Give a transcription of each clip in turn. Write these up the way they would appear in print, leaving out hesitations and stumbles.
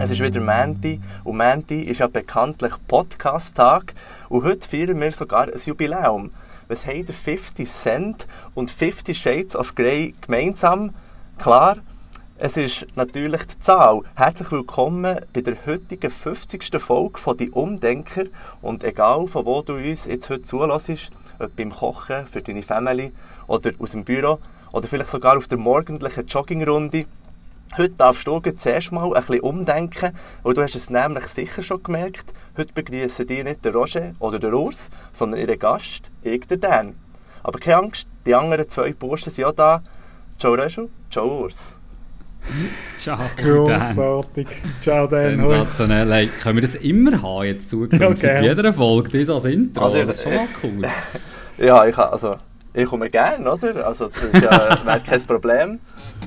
Es ist wieder Montag und Montag ist ja bekanntlich Podcast-Tag und heute feiern wir sogar ein Jubiläum. Was haben 50 Cent und 50 Shades of Grey gemeinsam? Klar, es ist natürlich die Zahl. Herzlich willkommen bei der heutigen 50. Folge von «Die Umdenker» und egal von wo du uns jetzt heute zuhörst, ob beim Kochen, für deine Family oder aus dem Büro oder vielleicht sogar auf der morgendlichen Joggingrunde, heute darfst du zuerst mal ein bisschen umdenken, weil du hast es nämlich sicher schon gemerkt, heute begrüßen die nicht der Roger oder der Urs, sondern ihren Gast, ich, der Dan. Aber keine Angst, die anderen zwei Burschen sind auch da. Ciao Roger, ciao Urs. Ciao, grossartig. Ciao, Dan. Sensationell. Hey, können wir das immer haben jetzt zukünftig? Ja, bei jeder Folge, das als Intro. Also, das ist schon mal cool. Ja, ich komme gerne, oder? Also das ist ja, wäre kein Problem.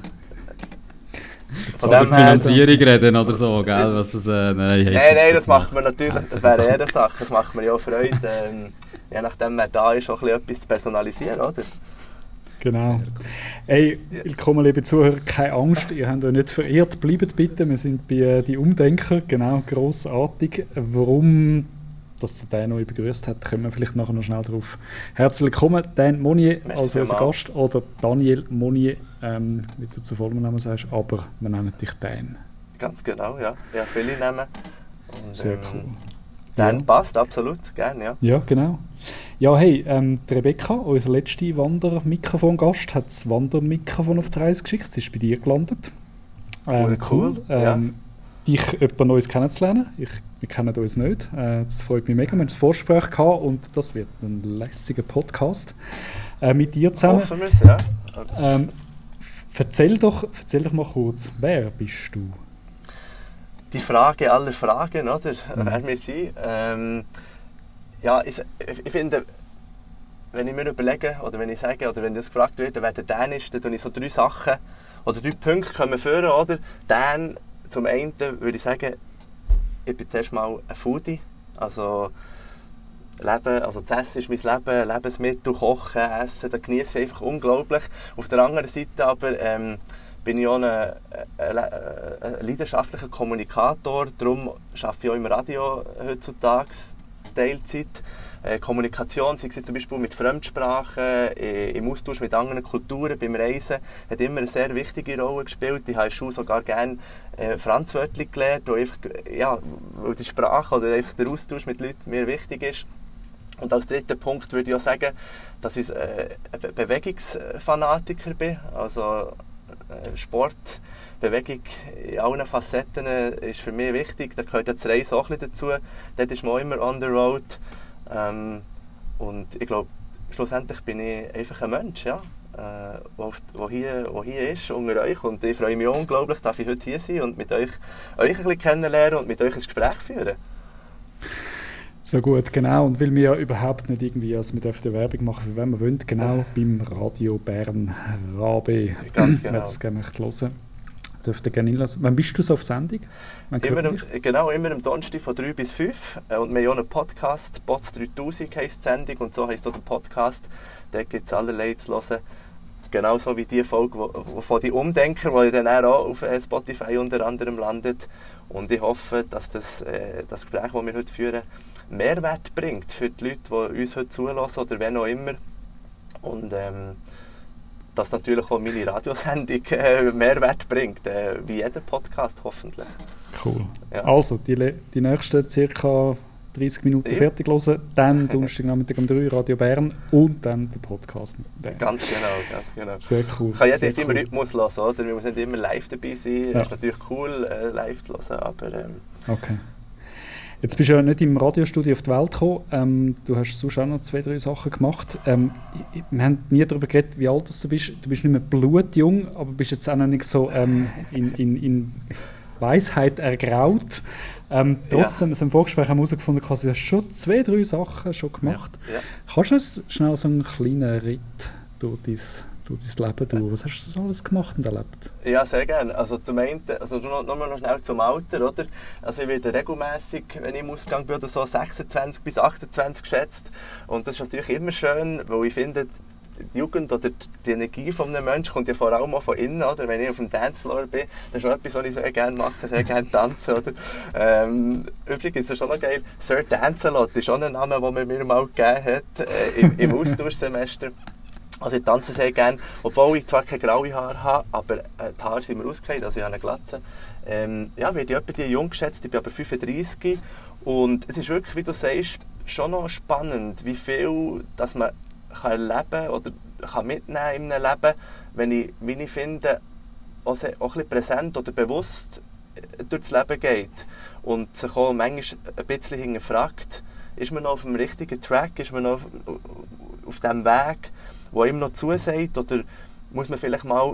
Über die Finanzierung reden oder so, gell? Was das, nein, das macht man natürlich, das wäre eher eine Sache, das macht mir ja auch Freude, je nachdem wer da ist, auch etwas zu personalisieren, oder? Genau. Hey, willkommen liebe Zuhörer, keine Angst, ihr habt euch nicht verirrt, bleibt bitte, wir sind bei «Die Umdenker», genau, grossartig. Warum dass der Dan euch begrüßt hat, kommen wir vielleicht nachher noch schnell drauf. Herzlich willkommen, Dan Monnier als unser Gast oder Daniel Monnier, wie du zu vollem Namen sagst, aber wir nennen dich Dan. Ganz genau, ja. Ja, viele Namen. Und, sehr cool. Dan passt, absolut, gerne, ja. Ja, genau. Ja, hey, die Rebecca, unser letzter Wandermikrofon-Gast, hat das Wandermikrofon auf die Reise geschickt, sie ist bei dir gelandet. Cool. Ja. Dich jemand Neues kennenzulernen. Wir kennen uns nicht. Das freut mich mega. Wir haben ein Vorgespräch gehabt und das wird ein lässiger Podcast mit dir zusammen. Hoffen wir es, ja. Erzähl doch mal kurz, wer bist du? Die Frage aller Fragen, oder? Wer wir sind. Ja, ich finde, wenn ich mir überlege, oder wenn ich sage, oder wenn das gefragt wird, wer der Dan ist, dann tue ich so 3 Sachen, oder 3 Punkte kommen führen, oder? Dan, zum einen würde ich sagen, ich bin zuerst mal ein Foodie, also das Essen ist mein Leben, Lebensmittel, Kochen, Essen, das genieße ich einfach unglaublich. Auf der anderen Seite aber bin ich auch ein leidenschaftlicher Kommunikator, darum arbeite ich auch im Radio heutzutage Teilzeit. Kommunikation, sei es zum Beispiel mit Fremdsprachen, im Austausch mit anderen Kulturen, beim Reisen, hat immer eine sehr wichtige Rolle gespielt. Ich habe in der Schule sogar gerne Franzwörtchen gelernt, weil die Sprache oder einfach der Austausch mit Leuten mir wichtig ist. Und als dritten Punkt würde ich auch sagen, dass ich ein Bewegungsfanatiker bin. Also Sport, Bewegung in allen Facetten ist für mich wichtig. Da gehört das Reisen auch ein bisschen dazu. Dort ist man auch immer on the road. Und ich glaube, schlussendlich bin ich einfach ein Mensch, ja, der hier ist, unter euch. Und ich freue mich unglaublich, dass ich heute hier sein und mit euch ein bisschen kennenlernen und mit euch ein Gespräch führen. So gut, genau. Und weil wir ja überhaupt nicht irgendwie, also wir dürfen Werbung machen, für wen wir wollen, genau beim Radio Bern Rabe. Ganz genau. Wer das gerne möchte hören, dürfte gerne hinlassen. Wann bist du so auf Sendung? Immer am Donnerstag von 3 bis 5. Und wir haben auch einen Podcast, «Bots 3000» heisst die Sendung und so heisst auch der Podcast. Da gibt es allerlei zu hören. Genauso wie die Folge von «Die Umdenker», die dann auch auf Spotify unter anderem landet. Und ich hoffe, dass das Gespräch, das wir heute führen, Mehrwert bringt für die Leute, die uns heute zulassen oder wen auch immer. Und dass natürlich auch meine Radiosendung Mehrwert bringt, wie jeder Podcast hoffentlich. Cool. Ja. Also, die nächsten ca. 30 Minuten fertig hören, dann Donnerstagnachmittag um 3 Radio Bern und dann der Podcast mit dem. Ganz genau. Sehr cool. Kann jeder immer Rhythmus hören, oder? Wir müssen nicht immer live dabei sein. Ja. Ist natürlich cool, live zu hören, aber... Okay. Jetzt bist du ja nicht im Radiostudio auf die Welt gekommen. Du hast sonst auch noch 2, 3 Sachen gemacht. Wir haben nie darüber geredet, wie alt du bist. Du bist nicht mehr blutjung, aber bist jetzt auch noch nicht so in Weisheit ergraut. Trotzdem, so im Vorgespräch haben wir herausgefunden, du hast schon 2, 3 Sachen schon gemacht. Ja. Kannst du uns schnell so einen kleinen Ritt durch dein Leben durch? Was hast du so alles gemacht und erlebt? Ja, sehr gerne. Also zum einen, noch schnell zum Alter, oder? Also ich werde regelmässig, wenn ich im Ausgang bin, oder so 26 bis 28 geschätzt. Und das ist natürlich immer schön, weil ich finde, die Jugend oder die Energie von einem Menschen kommt ja vor allem auch von innen, oder? Wenn ich auf dem Dancefloor bin, das ist auch etwas, was ich sehr gerne mache, sehr gerne tanzen, oder? Übrigens ist es schon noch geil, Sir Dancelot ist auch ein Name, den man mir mal gegeben hat, im Austauschsemester. Also ich tanze sehr gerne, obwohl ich zwar keine graue Haare habe, aber die Haare sind mir ausgefallen, also ich habe eine Glatze. Ja, werde ich etwa die jung geschätzt, ich bin aber 35 und es ist wirklich, wie du sagst, schon noch spannend, wie viel dass man kann erleben oder kann mitnehmen in einem Leben, wenn ich, wie ich finde, auch ein bisschen präsent oder bewusst durchs Leben geht und sich auch manchmal ein bisschen hinterfragt, ist man noch auf dem richtigen Track, ist man noch auf dem Weg, wo ihm noch zusagt, oder muss man vielleicht mal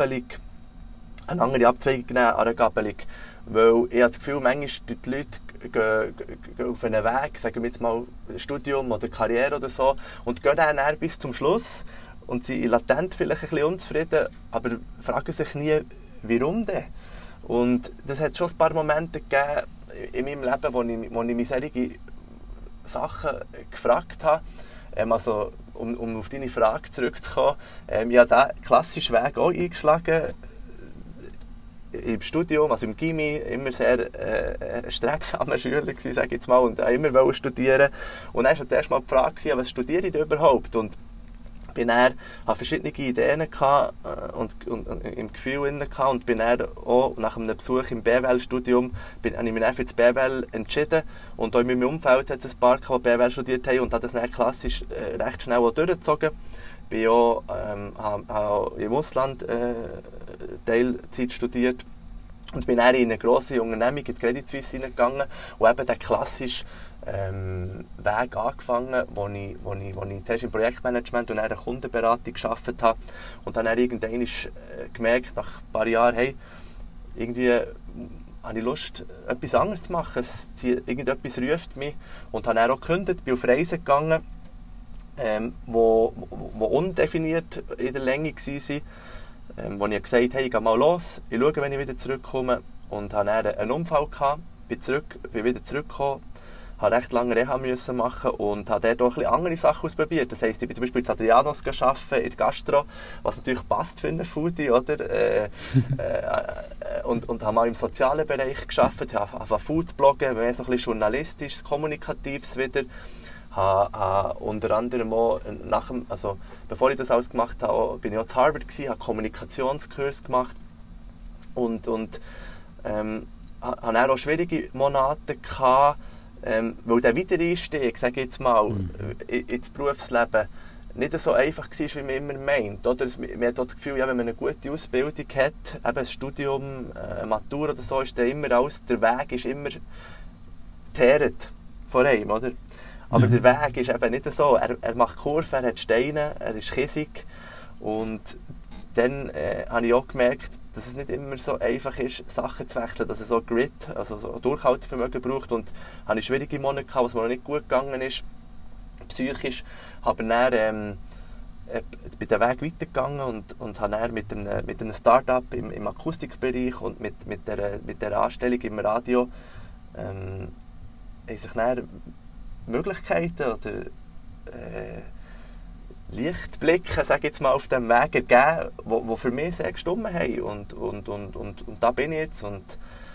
eine andere Abzweigung nehmen an einer Gabelung. Weil ich habe das Gefühl, manchmal die Leute gehen auf einen Weg, sagen wir jetzt mal Studium oder Karriere oder so, und gehen dann bis zum Schluss und sind latent vielleicht ein bisschen unzufrieden, aber fragen sich nie, warum denn? Und das hat schon ein paar Momente gegeben in meinem Leben, wo ich mich solche Sachen gefragt habe. Also, um auf deine Frage zurückzukommen, ich habe diesen klassischen Weg auch eingeschlagen. Im Studium, also im Gymi, immer sehr strebsamer Schüler gewesen, sage ich jetzt mal, und immer studieren. Und dann war das erste Mal die Frage, was studiere ich denn überhaupt? Und hatte verschiedene Ideen und im Gefühl und bin dann auch nach einem Besuch im BWL-Studium habe ich mich dann für das BWL entschieden. Und auch in meinem Umfeld hat es ein paar, die BWL studiert haben, und habe das dann klassisch recht schnell auch durchgezogen. Ich habe im Ausland Teilzeit studiert und bin dann in eine grosse Unternehmung, in die Credit Suisse hineingegangen und eben den klassischen Weg angefangen, wo ich zuerst im Projektmanagement und dann in der Kundenberatung gearbeitet habe. Und dann irgendwann gemerkt, nach ein paar Jahren, hey, irgendwie habe ich Lust, etwas anderes zu machen. Irgendetwas ruft mich. Und habe dann auch gekündigt, bin auf Reisen gegangen, wo undefiniert in der Länge waren, wo ich gesagt habe, hey, ich gehe mal los, ich schaue, wenn ich wieder zurückkomme. Und hatte dann einen Unfall gehabt, bin wieder zurückgekommen, habe recht lange Reha müssen machen und habe dort auch ein bisschen andere Sachen ausprobiert. Das heisst, ich bin zum Beispiel in Adrianos arbeiten, in der Gastro, was natürlich passt für einen Foodie, oder? Und habe mal im sozialen Bereich gearbeitet, habe Foodbloggen, mehr so ein bisschen journalistisches, kommunikatives wieder. Habe unter anderem auch, bevor ich das alles gemacht habe, bin ich auch zu Harvard gewesen, habe Kommunikationskurs gemacht und hatte auch schwierige Monate gehabt, weil der Wiedereinstieg, sage ich jetzt mal, ins Berufsleben nicht so einfach war, wie man immer meint. Oder? Man hat das Gefühl, ja, wenn man eine gute Ausbildung hat, eben ein Studium, eine Matur oder so, ist der Weg ist immer teeret vor einem, oder? Aber der Weg ist eben nicht so. Er macht Kurven, er hat Steine, er ist kiesig. Und dann habe ich auch gemerkt, dass es nicht immer so einfach ist, Sachen zu wechseln, dass es so Grit, also so Durchhaltevermögen braucht. Und habe ich schwierige Monate gehabt, was mir noch nicht gut gegangen ist, psychisch. Aber dann bin den Weg weitergegangen und habe dann mit einem Start-up im Akustikbereich und mit der Anstellung im Radio sich dann Möglichkeiten oder Lichtblicke, sage ich jetzt mal, auf dem Weg ergeben, die für mich sehr gestimmt haben. Und da bin ich jetzt. Und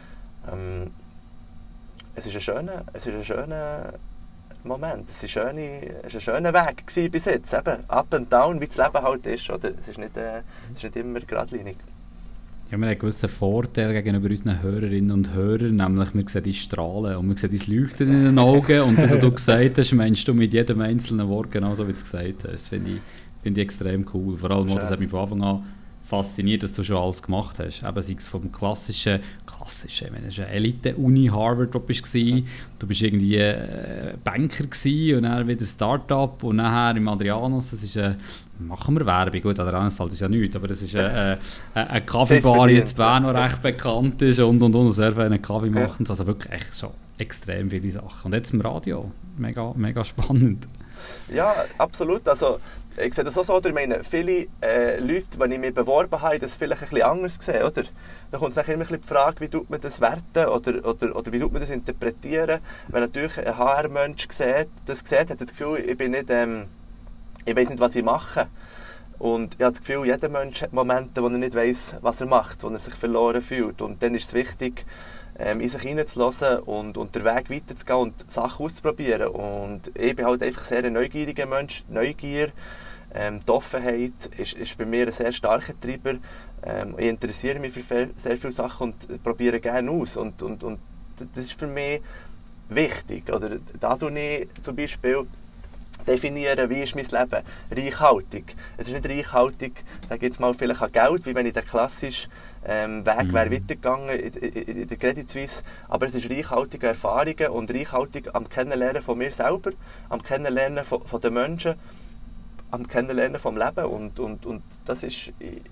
es ist ein schöner Moment. Es war ein schöner Weg gewesen bis jetzt. Eben, up and down, wie das Leben halt ist. Oder? Es ist nicht immer geradlinig. Ja, wir haben einen gewissen Vorteil gegenüber unseren Hörerinnen und Hörern, nämlich wir sehen die Strahlen und wir sehen das Leuchten in den Augen und das, was du gesagt hast, meinst du mit jedem einzelnen Wort genauso, wie du es gesagt hast. Das finde ich extrem cool. Vor allem, das hat mich von Anfang an fasziniert, dass du schon alles gemacht hast. Eben sei es vom klassischen, ich meine, das ist eine Elite-Uni Harvard, wo du warst. Du bist irgendwie Banker gewesen und dann wieder Start-up und nachher im Adrianos, das ist machen wir Werbung, gut, Adrianos ist ja nichts, aber das ist eine Kaffeebar, die in Bern noch recht bekannt ist und sehr einen Kaffee machen. Also wirklich echt schon extrem viele Sachen. Und jetzt im Radio, mega, mega spannend. Ja, absolut. Also, ich sehe das auch so, ich meine, viele Leute, die ich mich beworben habe, das vielleicht ein bisschen anders gesehen, oder? Da kommt es immer die Frage, wie tut man das werten oder wie tut man das interpretieren. Wenn natürlich ein HR-Mensch das sieht, hat das Gefühl, ich bin nicht ich weiß nicht, was ich mache. Und ich habe das Gefühl, jeder Mensch hat Momente, wo er nicht weiss, was er macht, wo er sich verloren fühlt. Und dann ist es wichtig, in sich hineinzulassen und den Weg weiterzugehen und Sachen auszuprobieren. Und ich bin halt einfach sehr ein neugieriger Mensch. Neugier, die Offenheit ist bei mir ein sehr starker Treiber. Ich interessiere mich für sehr viele Sachen und probiere gerne aus. Und das ist für mich wichtig. Oder da tue ich zum Beispiel definieren, wie ist mein Leben reichhaltig. Es ist nicht reichhaltig, sage jetzt mal, vielleicht an Geld, wie wenn ich den klassischen Weg wäre weitergegangen in der Credit Suisse. Aber es ist reichhaltig an Erfahrungen und reichhaltig am Kennenlernen von mir selber, am Kennenlernen von den Menschen, am Kennenlernen vom Leben. Und das ist,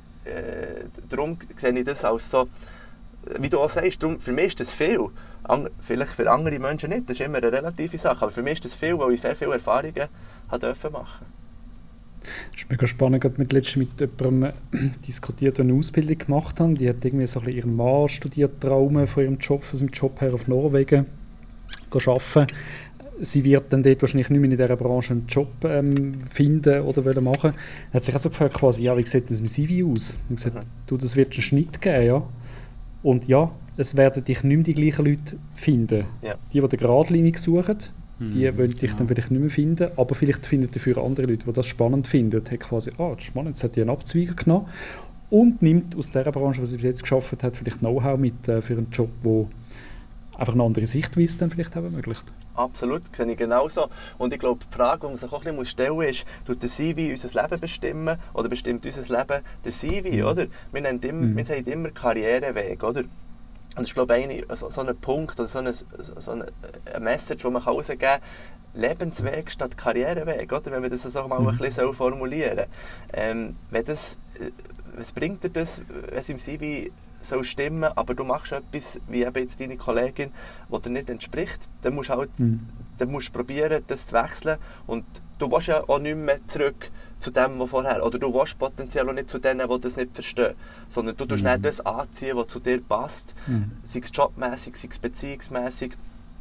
darum sehe ich das als so, wie du auch sagst, darum, für mich ist das viel. Vielleicht für andere Menschen nicht, das ist immer eine relative Sache, aber für mich ist das viel, weil ich sehr viele Erfahrungen machen durfte. Das ist mega spannend. Ich habe letztens mit jemandem diskutiert, der eine Ausbildung gemacht hat. Die hat irgendwie so ein bisschen ihren Mann studiert, Traum von ihrem Job, von seinem Job her auf Norwegen arbeiten. Sie wird dann dort wahrscheinlich nicht mehr in dieser Branche einen Job finden oder machen. Er hat sich auch so gefragt, quasi, ja, wie sieht das mit CV aus? Und gesagt, du, das wird einen Schnitt geben, ja. Und ja, es werden dich nicht mehr die gleichen Leute finden. Ja. Die geradlinig suchen, die wollen dich dann vielleicht nicht mehr finden, aber vielleicht finden dafür andere Leute, die das spannend finden. Hat quasi, das ist spannend, jetzt hat die einen Abzweiger genommen und nimmt aus dieser Branche, was sie bis jetzt geschafft hat, vielleicht Know-how mit für einen Job, wo einfach eine andere Sichtweise dann vielleicht auch ermöglicht. Absolut, das sehe ich genauso. Und ich glaube, die Frage, die man sich auch ein bisschen stellen muss, ist, tut der CV unser Leben bestimmen oder bestimmt unser Leben der CV, oder? Wir haben immer Karriereweg, oder? Und ich glaube, so ein Punkt oder so eine Message, die man rausgeben kann, Lebensweg statt Karriereweg, oder? Wenn wir das so mal ein bisschen formulieren soll. Was bringt dir das, wenn es im CV soll stimmen, aber du machst etwas, wie eben jetzt deine Kollegin, das dir nicht entspricht, dann musst du halt, dann musst du probieren, das zu wechseln und du willst ja auch nicht mehr zurück zu dem, was vorher, oder du willst potenziell auch nicht zu denen, die das nicht verstehen, sondern du tust nicht das anziehen, was zu dir passt, sei es jobmässig, sei es beziehungsmässig.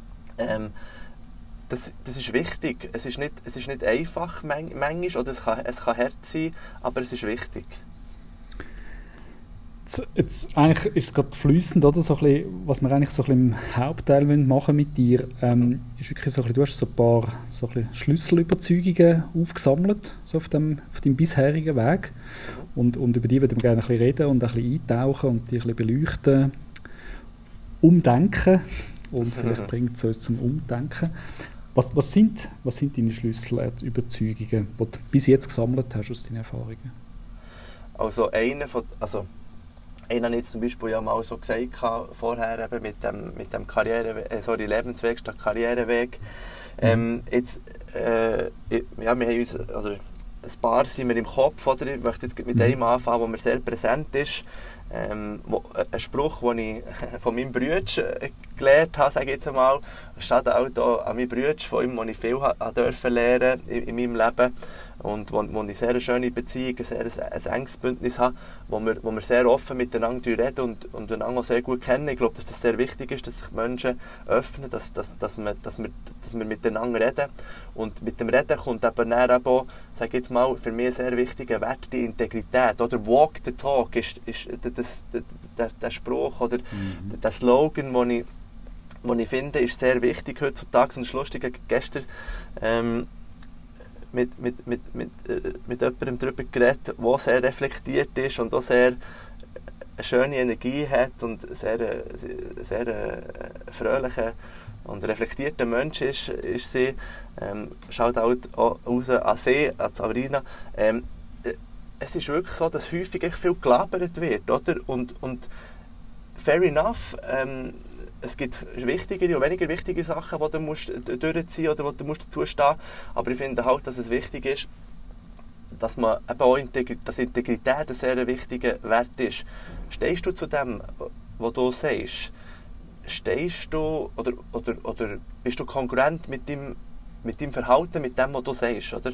Das ist wichtig. Es ist nicht einfach manchmal, oder es kann hart sein, aber es ist wichtig. Jetzt eigentlich ist es gerade fließend, oder? So ein bisschen, was wir eigentlich so ein bisschen im Hauptteil machen mit dir, ist wirklich so ein bisschen, du hast so ein paar so ein bisschen Schlüsselüberzeugungen aufgesammelt so auf deinem bisherigen Weg und über die würden wir gerne ein bisschen reden und ein bisschen eintauchen und die ein bisschen beleuchten, umdenken und vielleicht bringt es uns zum Umdenken. Was sind deine Schlüsselüberzeugungen, die du bis jetzt gesammelt hast aus deinen Erfahrungen? Also einen habe ich jetzt zum Beispiel ja mal so gesagt vorher eben mit dem Lebensweg statt Karriereweg. Wir haben uns, also ein paar sind wir im Kopf, oder? Ich möchte jetzt mit einem anfangen, der mir sehr präsent ist. Ein Spruch, den ich von meinem Bruder gelernt habe, sage ich jetzt einmal. Shoutout an meinen Bruder, von ihm, den ich viel durfte lernen in meinem Leben. Und wo ich eine sehr schöne Beziehung, ein enges Bündnis habe, wo wir sehr offen miteinander reden und einander auch sehr gut kennen. Ich glaube, dass das sehr wichtig ist, dass sich Menschen öffnen, dass wir miteinander reden. Und mit dem Reden kommt eben auch, sage ich jetzt mal, für mich ein sehr wichtiger Wert, die Integrität. Oder Walk the Talk ist der Spruch oder der Slogan, den ich finde, ist sehr wichtig heutzutage. Und das Lustige, gestern mit jemandem darüber geredet, der sehr reflektiert ist und auch sehr eine schöne Energie hat und sehr fröhlicher und reflektierter Mensch ist sie. Schaut auch raus an sie, an Sabrina. Es ist wirklich so, dass häufig echt viel gelabert wird, oder? Und fair enough, es gibt wichtigere und weniger wichtige Sachen, die du musst durchziehen oder wo du musst dazu stehen. Aber ich finde halt, dass es wichtig ist, dass man eben auch dass Integrität ein sehr wichtiger Wert ist. Stehst du zu dem, was du sagst? Stehst du oder bist du kongruent mit deinem Verhalten, mit dem, was du sagst, oder?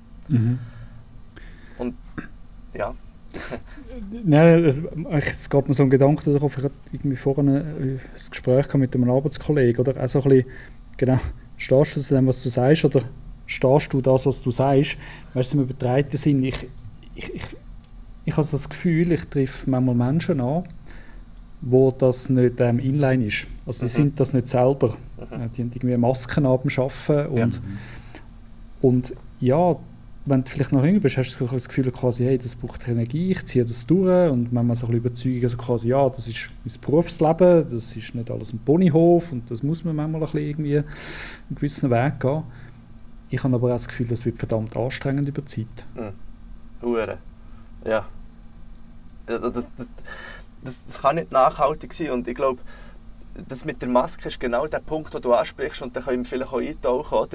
Und ja. Nein, es gab mir so einen Gedanken darauf, ich hatte irgendwie vorhin ein Gespräch mit einem Arbeitskollegen, oder? Auch so ein bisschen, genau, stehst du zu dem, was du sagst, oder stehst du das, was du sagst. Weißt du, im übertreibenden Sinn, ich habe so das Gefühl, ich treffe manchmal Menschen an, wo das nicht inline ist. Also die sind das nicht selber. Die haben irgendwie Masken ab dem Arbeiten und ja, wenn du vielleicht noch jünger bist, hast du das Gefühl quasi, hey, das braucht Energie, ich ziehe das durch und wenn man so ein bisschen überzeugen, also quasi, ja, das ist mein Berufsleben, das ist nicht alles ein Ponyhof und das muss man manchmal ein bisschen irgendwie einen gewissen Weg gehen. Ich habe aber auch das Gefühl, das wird verdammt anstrengend über die Zeit. Hure. Ja. Das kann nicht nachhaltig sein und ich glaube, das mit der Maske ist genau der Punkt, den du ansprichst und da können wir vielleicht auch eintauchen, oder?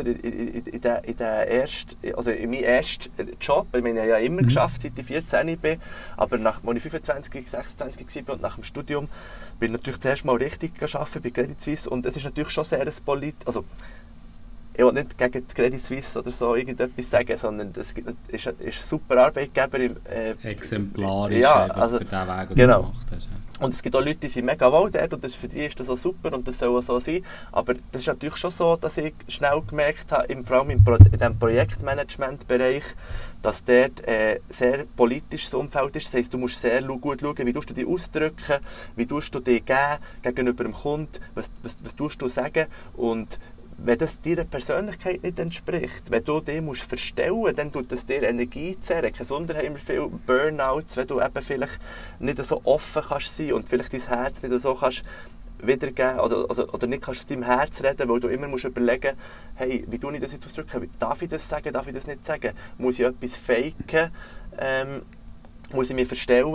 In meinen ersten Job. Ich meine, ich habe ja immer geschafft, seit ich 14 bin, aber als ich 25, 26 war und nach dem Studium bin ich natürlich zuerst mal richtig gearbeitet bei Credit Suisse und es ist natürlich schon sehr also ich will nicht gegen die Credit Suisse oder so irgendetwas sagen, sondern es ist ein super Arbeitgeber. Exemplarisch also, für den Weg, den genau. du gemacht hast. Ja. Und es gibt auch Leute, die sind mega wohl dort und für die ist das auch super und das soll auch so sein. Aber das ist natürlich schon so, dass ich schnell gemerkt habe, vor allem in diesem Projektmanagement-Bereich, dass dort sehr politisches Umfeld ist. Das heisst, du musst sehr gut schauen, wie du dich ausdrücken, wie du dich geben gegenüber dem Kunden, was du sagen. Und wenn das deiner Persönlichkeit nicht entspricht, wenn du dich verstellen musst, dann tut das dir Energie zehren. Kein Wunder haben wir viele Burnouts, wenn du eben vielleicht nicht so offen kannst sein und vielleicht dein Herz nicht so kannst wiedergeben oder nicht kannst aus deinem Herz reden, weil du immer musst überlegen, hey, wie tue ich das jetzt ausdrücken? Darf ich das sagen, darf ich das nicht sagen? Muss ich etwas faken? Muss ich mich verstellen?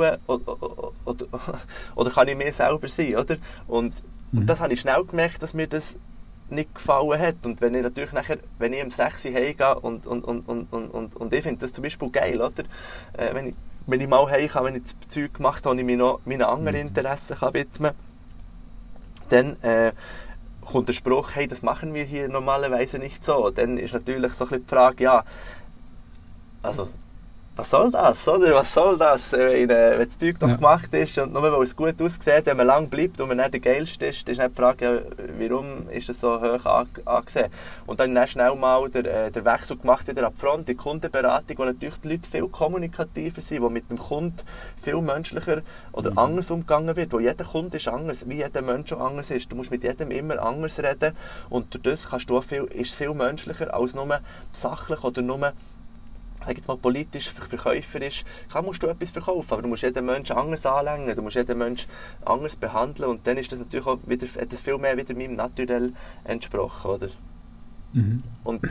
Oder kann ich mir selber sein? Oder? Und das habe ich schnell gemerkt, dass mir das nicht gefallen hat. Und wenn ich natürlich nachher, wenn ich um 6 Uhr heimgehe und ich finde das zum Beispiel geil, oder? Wenn ich mal heimkomme, wenn ich das Zeug gemacht habe, und ich mich noch meinen anderen Interessen widmen kann, dann kommt der Spruch, hey, das machen wir hier normalerweise nicht so. Dann ist natürlich so ein bisschen die Frage, ja, also was soll das, oder? Was soll das? Wenn das Zeug doch gemacht ist und nur weil es gut aussieht, wenn man lang bleibt und man nicht der Geilste ist, dann ist nicht die Frage, ja, warum ist das so hoch angesehen? Und dann hast du schnell mal den Wechsel gemacht wieder ab Front, die Kundenberatung, wo natürlich die Leute viel kommunikativer sind, wo mit dem Kunden viel menschlicher oder anders umgegangen wird, wo jeder Kunde ist anders, wie jeder Mensch auch anders ist. Du musst mit jedem immer anders reden und durch das kannst du auch ist es viel menschlicher als nur sachlich oder nur sag jetzt mal politisch, verkäuferisch, musst du etwas verkaufen, aber du musst jeden Menschen anders anlängen, du musst jeden Menschen anders behandeln und dann ist das natürlich auch wieder, hat das viel mehr wieder meinem Naturell entsprochen, oder? Und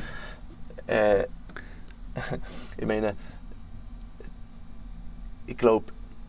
ich meine, ich glaube,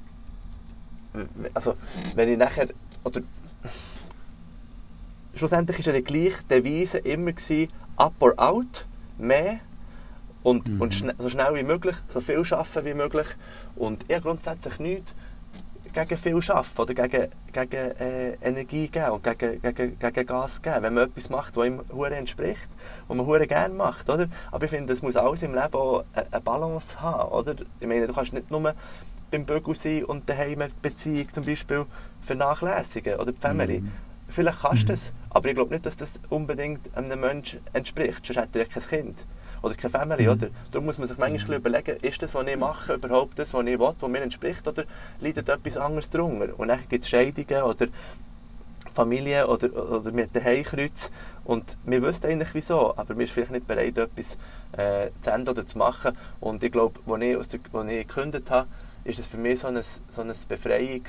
also wenn ich nachher, oder schlussendlich war ja die gleiche Devise immer gewesen, up or out, mehr und so schnell wie möglich, so viel arbeiten wie möglich. Und ich habe grundsätzlich nichts gegen viel arbeiten oder gegen Energie geben und gegen Gas geben, wenn man etwas macht, was ihm hure entspricht, was man hure gerne macht, oder? Aber ich finde, es muss alles im Leben auch eine Balance haben, oder? Ich meine, du kannst nicht nur beim Bügel sein und daheim die Beziehung zum Beispiel vernachlässigen oder die Family. Vielleicht kannst du das, aber ich glaube nicht, dass das unbedingt einem Menschen entspricht, sonst hat er kein Kind. Oder keine Family, oder? Darum muss man sich manchmal überlegen, ist das, was ich mache, überhaupt das, was ich will, was mir entspricht, oder leidet etwas anderes drunter? Und dann gibt es Scheidungen oder Familie oder mit dem Heimkreuz und wir wissen eigentlich wieso, aber wir sind vielleicht nicht bereit, etwas zu ändern oder zu machen. Und ich glaube, als ich gekündigt habe, ist es für mich so eine Befreiung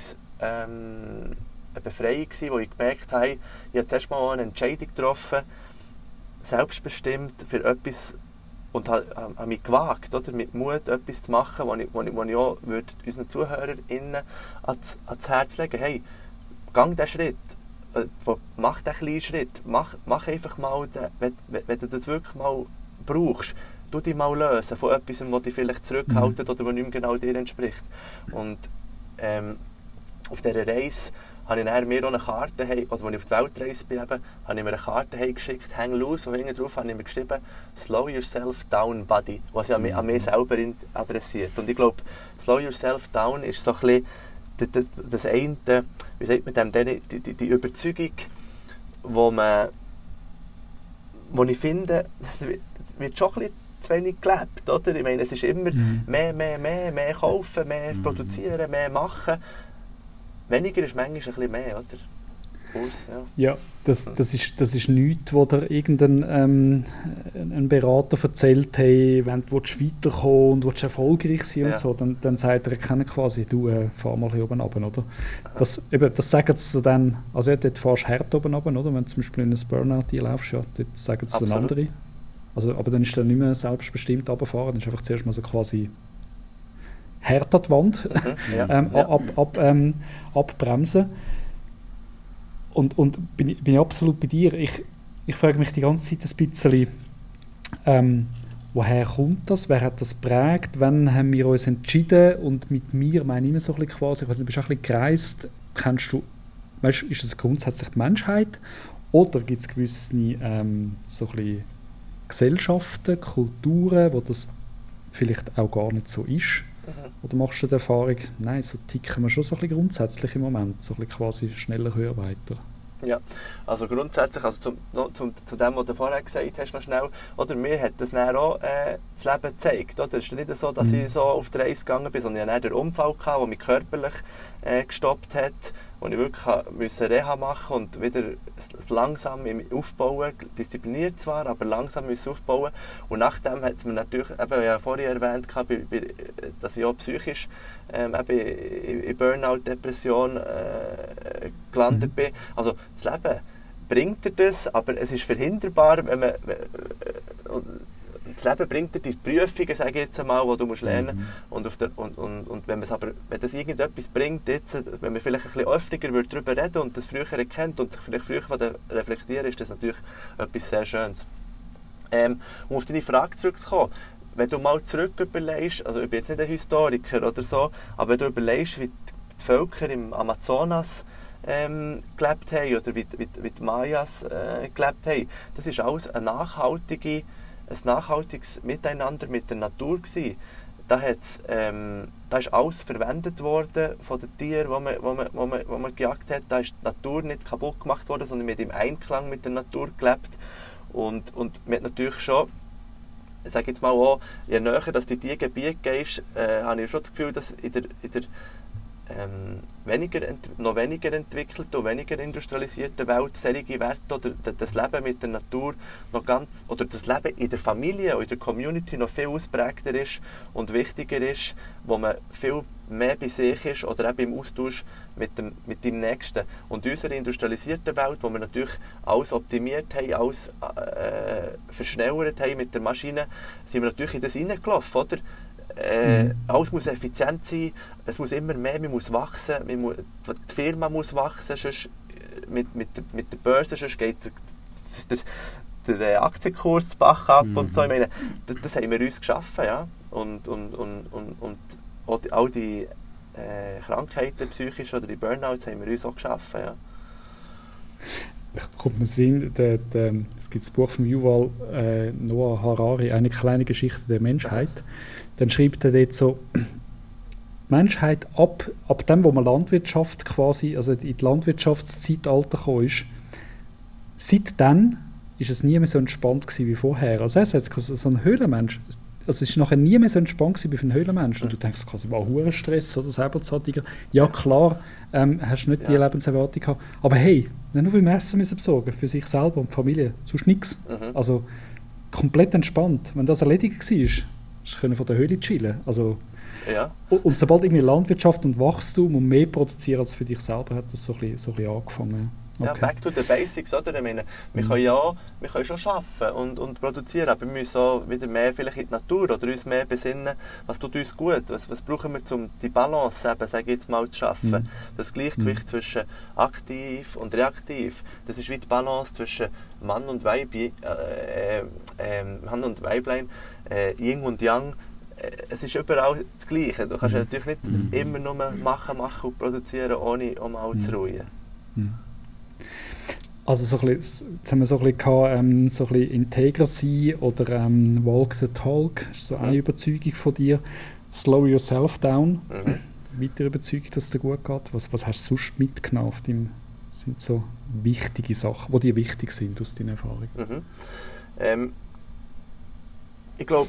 gewesen, wo ich gemerkt habe, ich habe zuerst mal eine Entscheidung getroffen, selbstbestimmt für etwas und habe mich gewagt, oder, mit Mut etwas zu machen, wo ich auch unseren ZuhörerInnen ans Herz legen, hey, gang diesen Schritt, mach diesen kleinen Schritt, mach einfach mal, wenn du das wirklich mal brauchst, du dich mal lösen von etwas, was dich vielleicht zurückhaltet oder was nicht mehr genau dir entspricht. Und auf dieser Reise habe ich nachher mir auch eine Karte, also als ich auf die Weltreise bin, habe ich mir eine Karte geschickt, hang loose, und hinten drauf habe ich mir geschrieben, Slow yourself down, buddy, was ich an mich selber adressiert. Und ich glaube, Slow yourself down ist so ein bisschen das eine, wie sagt man dem, die Überzeugung, wo ich finde, wird schon ein bisschen zu wenig gelebt, oder? Ich meine, es ist immer mehr kaufen, mehr produzieren, mehr machen. Weniger ist manchmal ein bisschen mehr, oder? Ja, das ist nichts, wo dir irgendein ein Berater erzählt, hey, wenn du weiterkommen und erfolgreich sein und so, dann sagt er quasi, du fahr mal hier oben runter, oder? Das sagen sie dann, also ja, dort fährst du hart oben runter, oder? Wenn du zum Beispiel in ein Burnout einlaufst, ja, dort sagen sie dann andere. Also, aber dann ist dann nicht mehr selbstbestimmt runterfahren, dann ist einfach zuerst mal so quasi hart an die Wand, abbremsen. Und bin ich absolut bei dir. Ich frage mich die ganze Zeit ein bisschen, woher kommt das? Wer hat das geprägt? Wann haben wir uns entschieden? Und mit mir meine ich immer so ein bisschen quasi, ich weiss, du bist auch ein bisschen gereist. Kennst du, weißt, ist das grundsätzlich die Menschheit? Oder gibt es gewisse so ein bisschen Gesellschaften, Kulturen, wo das vielleicht auch gar nicht so ist? Oder machst du die Erfahrung, nein, so ticken wir schon so ein bisschen grundsätzlich im Moment, so ein bisschen quasi schneller, höher, weiter? Ja, also grundsätzlich, also zu dem, was du vorher gesagt hast, noch schnell, oder mir hat das dann auch das Leben gezeigt. Oder? Es ist nicht so, dass ich so auf die Reise gegangen bin, sondern ich hatte einen Unfall gehabt, der mich körperlich gestoppt hat, wo ich wirklich musste Reha machen und wieder langsam aufbauen, diszipliniert zwar, aber langsam aufbauen. Und nachdem hat man natürlich, eben, ja vorher erwähnt, dass ich auch psychisch in Burnout-Depression gelandet bin. Also das Leben bringt dir das, aber es ist verhinderbar, wenn man das Leben bringt dir die Prüfungen, sage ich jetzt einmal, die du musst lernen musst. Und wenn das irgendetwas bringt, jetzt, wenn man vielleicht ein bisschen öfter darüber reden und das früher erkennt und sich vielleicht früher reflektieren, ist das natürlich etwas sehr Schönes. Um auf deine Frage zurückzukommen, wenn du mal zurück überlegst, also ich bin jetzt nicht ein Historiker oder so, aber wenn du überlegst, wie die Völker im Amazonas gelebt haben oder wie die Mayas gelebt haben, das ist alles ein nachhaltiges Miteinander mit der Natur gewesen. Da ist alles verwendet worden von den Tieren, die man gejagt hat. Da ist die Natur nicht kaputt gemacht worden, sondern man hat im Einklang mit der Natur gelebt. Und man hat natürlich schon, ich sage jetzt mal auch, je näher dass du in diese Gebiete gehst, habe ich schon das Gefühl, dass in der noch weniger entwickelten und weniger industrialisierten Welt solche Werte oder das Leben mit der Natur noch oder das Leben in der Familie oder in der Community noch viel ausprägter ist und wichtiger ist, wo man viel mehr bei sich ist oder eben im Austausch mit dem Nächsten. Und in unserer industrialisierten Welt, wo wir natürlich alles optimiert haben, alles verschnellert haben mit der Maschine, sind wir natürlich in das hineingelaufen, oder? Alles muss effizient sein, es muss immer mehr, man muss wachsen, die Firma muss wachsen, sonst mit der Börse, sonst geht der Aktienkurs Bach ab und so. Ich meine, das haben wir uns geschaffen, ja. Und all die Krankheiten, psychisch oder die Burnouts, haben wir uns auch geschaffen, ja. Kommt mir Sinn, es gibt das Buch von Yuval Noah Harari, eine kleine Geschichte der Menschheit. Dann schreibt er dort so, Menschheit ab dem, wo man Landwirtschaft quasi, also in die Landwirtschaftszeitalter gekommen ist, seitdem ist es nie mehr so entspannt gewesen wie vorher. Also er sagt, so ein Höhlenmensch, also es ist nachher nie mehr so entspannt gewesen wie für einen Höhlenmensch. Und du denkst quasi, wow, Hurenstress oder Säbelzahntiger. Ja klar, hast du nicht die Lebenserwartung gehabt. Aber hey, nicht nur viel Essen müssen besorgen für sich selber und die Familie, sonst nichts. Also komplett entspannt. Wenn das erledigt war, können von der Höhle chillen. Also, und sobald irgendwie Landwirtschaft und Wachstum und mehr produzieren als für dich selber, hat das so ein bisschen angefangen. Okay. Ja, back to the basics, oder? Ich meine, wir können schon arbeiten und produzieren, aber wir müssen auch wieder mehr vielleicht in die Natur oder uns mehr besinnen, was tut uns gut, was brauchen wir, um die Balance eben, sage ich jetzt mal, zu schaffen. Das Gleichgewicht zwischen aktiv und reaktiv, das ist wie die Balance zwischen Mann und Weiblein, Yin und Yang. Es ist überall das Gleiche. Du kannst natürlich nicht immer nur machen und produzieren, ohne mal zu ruhen. Also so ein bisschen, jetzt haben wir so ein bisschen, so ein bisschen integer sein oder walk the talk, das ist so eine Überzeugung von dir. Slow yourself down, weiter überzeugt, dass es dir gut geht. Was hast du sonst mitgenommen auf deinem, sind so wichtige Sachen, die dir wichtig sind aus deiner Erfahrung? ich glaube,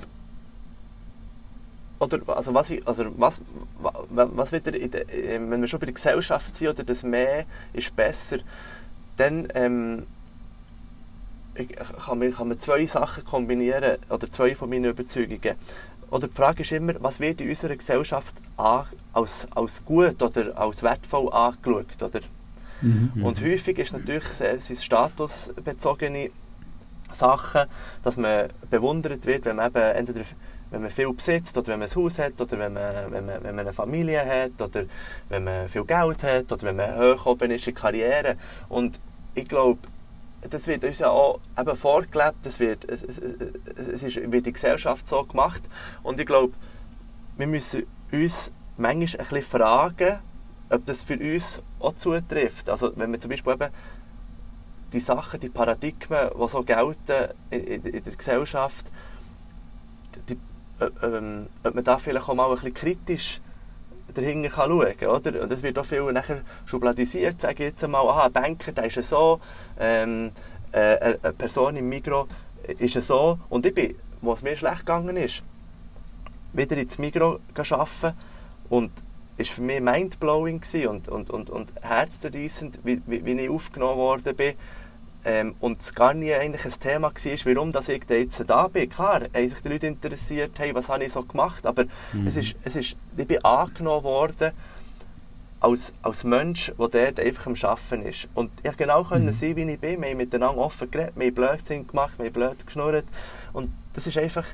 oder also was wieder wenn wir schon bei der Gesellschaft sind, oder das mehr ist besser, dann kann man zwei Sachen kombinieren, oder zwei von meinen Überzeugungen. Oder die Frage ist immer, was wird in unserer Gesellschaft als gut oder als wertvoll angeschaut, oder? Und häufig ist natürlich sind statusbezogene Sachen, dass man bewundert wird, wenn man eben entweder wenn man viel besitzt, oder wenn man ein Haus hat, oder wenn man eine Familie hat, oder wenn man viel Geld hat, oder wenn man hoch oben ist in der Karriere. Und ich glaube, das wird uns ja auch eben vorgelebt, wird in der Gesellschaft so gemacht. Und ich glaube, wir müssen uns manchmal ein bisschen fragen, ob das für uns auch zutrifft. Also wenn wir zum Beispiel eben die Sachen, die Paradigmen, die so gelten in der Gesellschaft, ob man da vielleicht auch mal ein bisschen kritisch dahinter schauen kann, oder? Und es wird auch viel nachher schubladisiert, sage ich jetzt einmal, ein Banker, der ist so, eine Person im Migros ist so. Und ich bin, wo es mir schlecht gegangen ist, wieder ins Migros arbeiten, und es war für mich mindblowing und herzzerreißend, wie ich aufgenommen worden bin. Und es gar nie eigentlich ein Thema war, warum dass ich jetzt da bin. Klar, haben sich die Leute interessiert, hey, was habe ich so gemacht, aber ich bin angenommen worden als Mensch, der dort einfach am Arbeiten ist. Und ich konnte genau sein, wie ich bin. Wir haben miteinander offen geredet, wir haben Blödsinn gemacht, wir haben blöd geschnurrt. Und das ist einfach,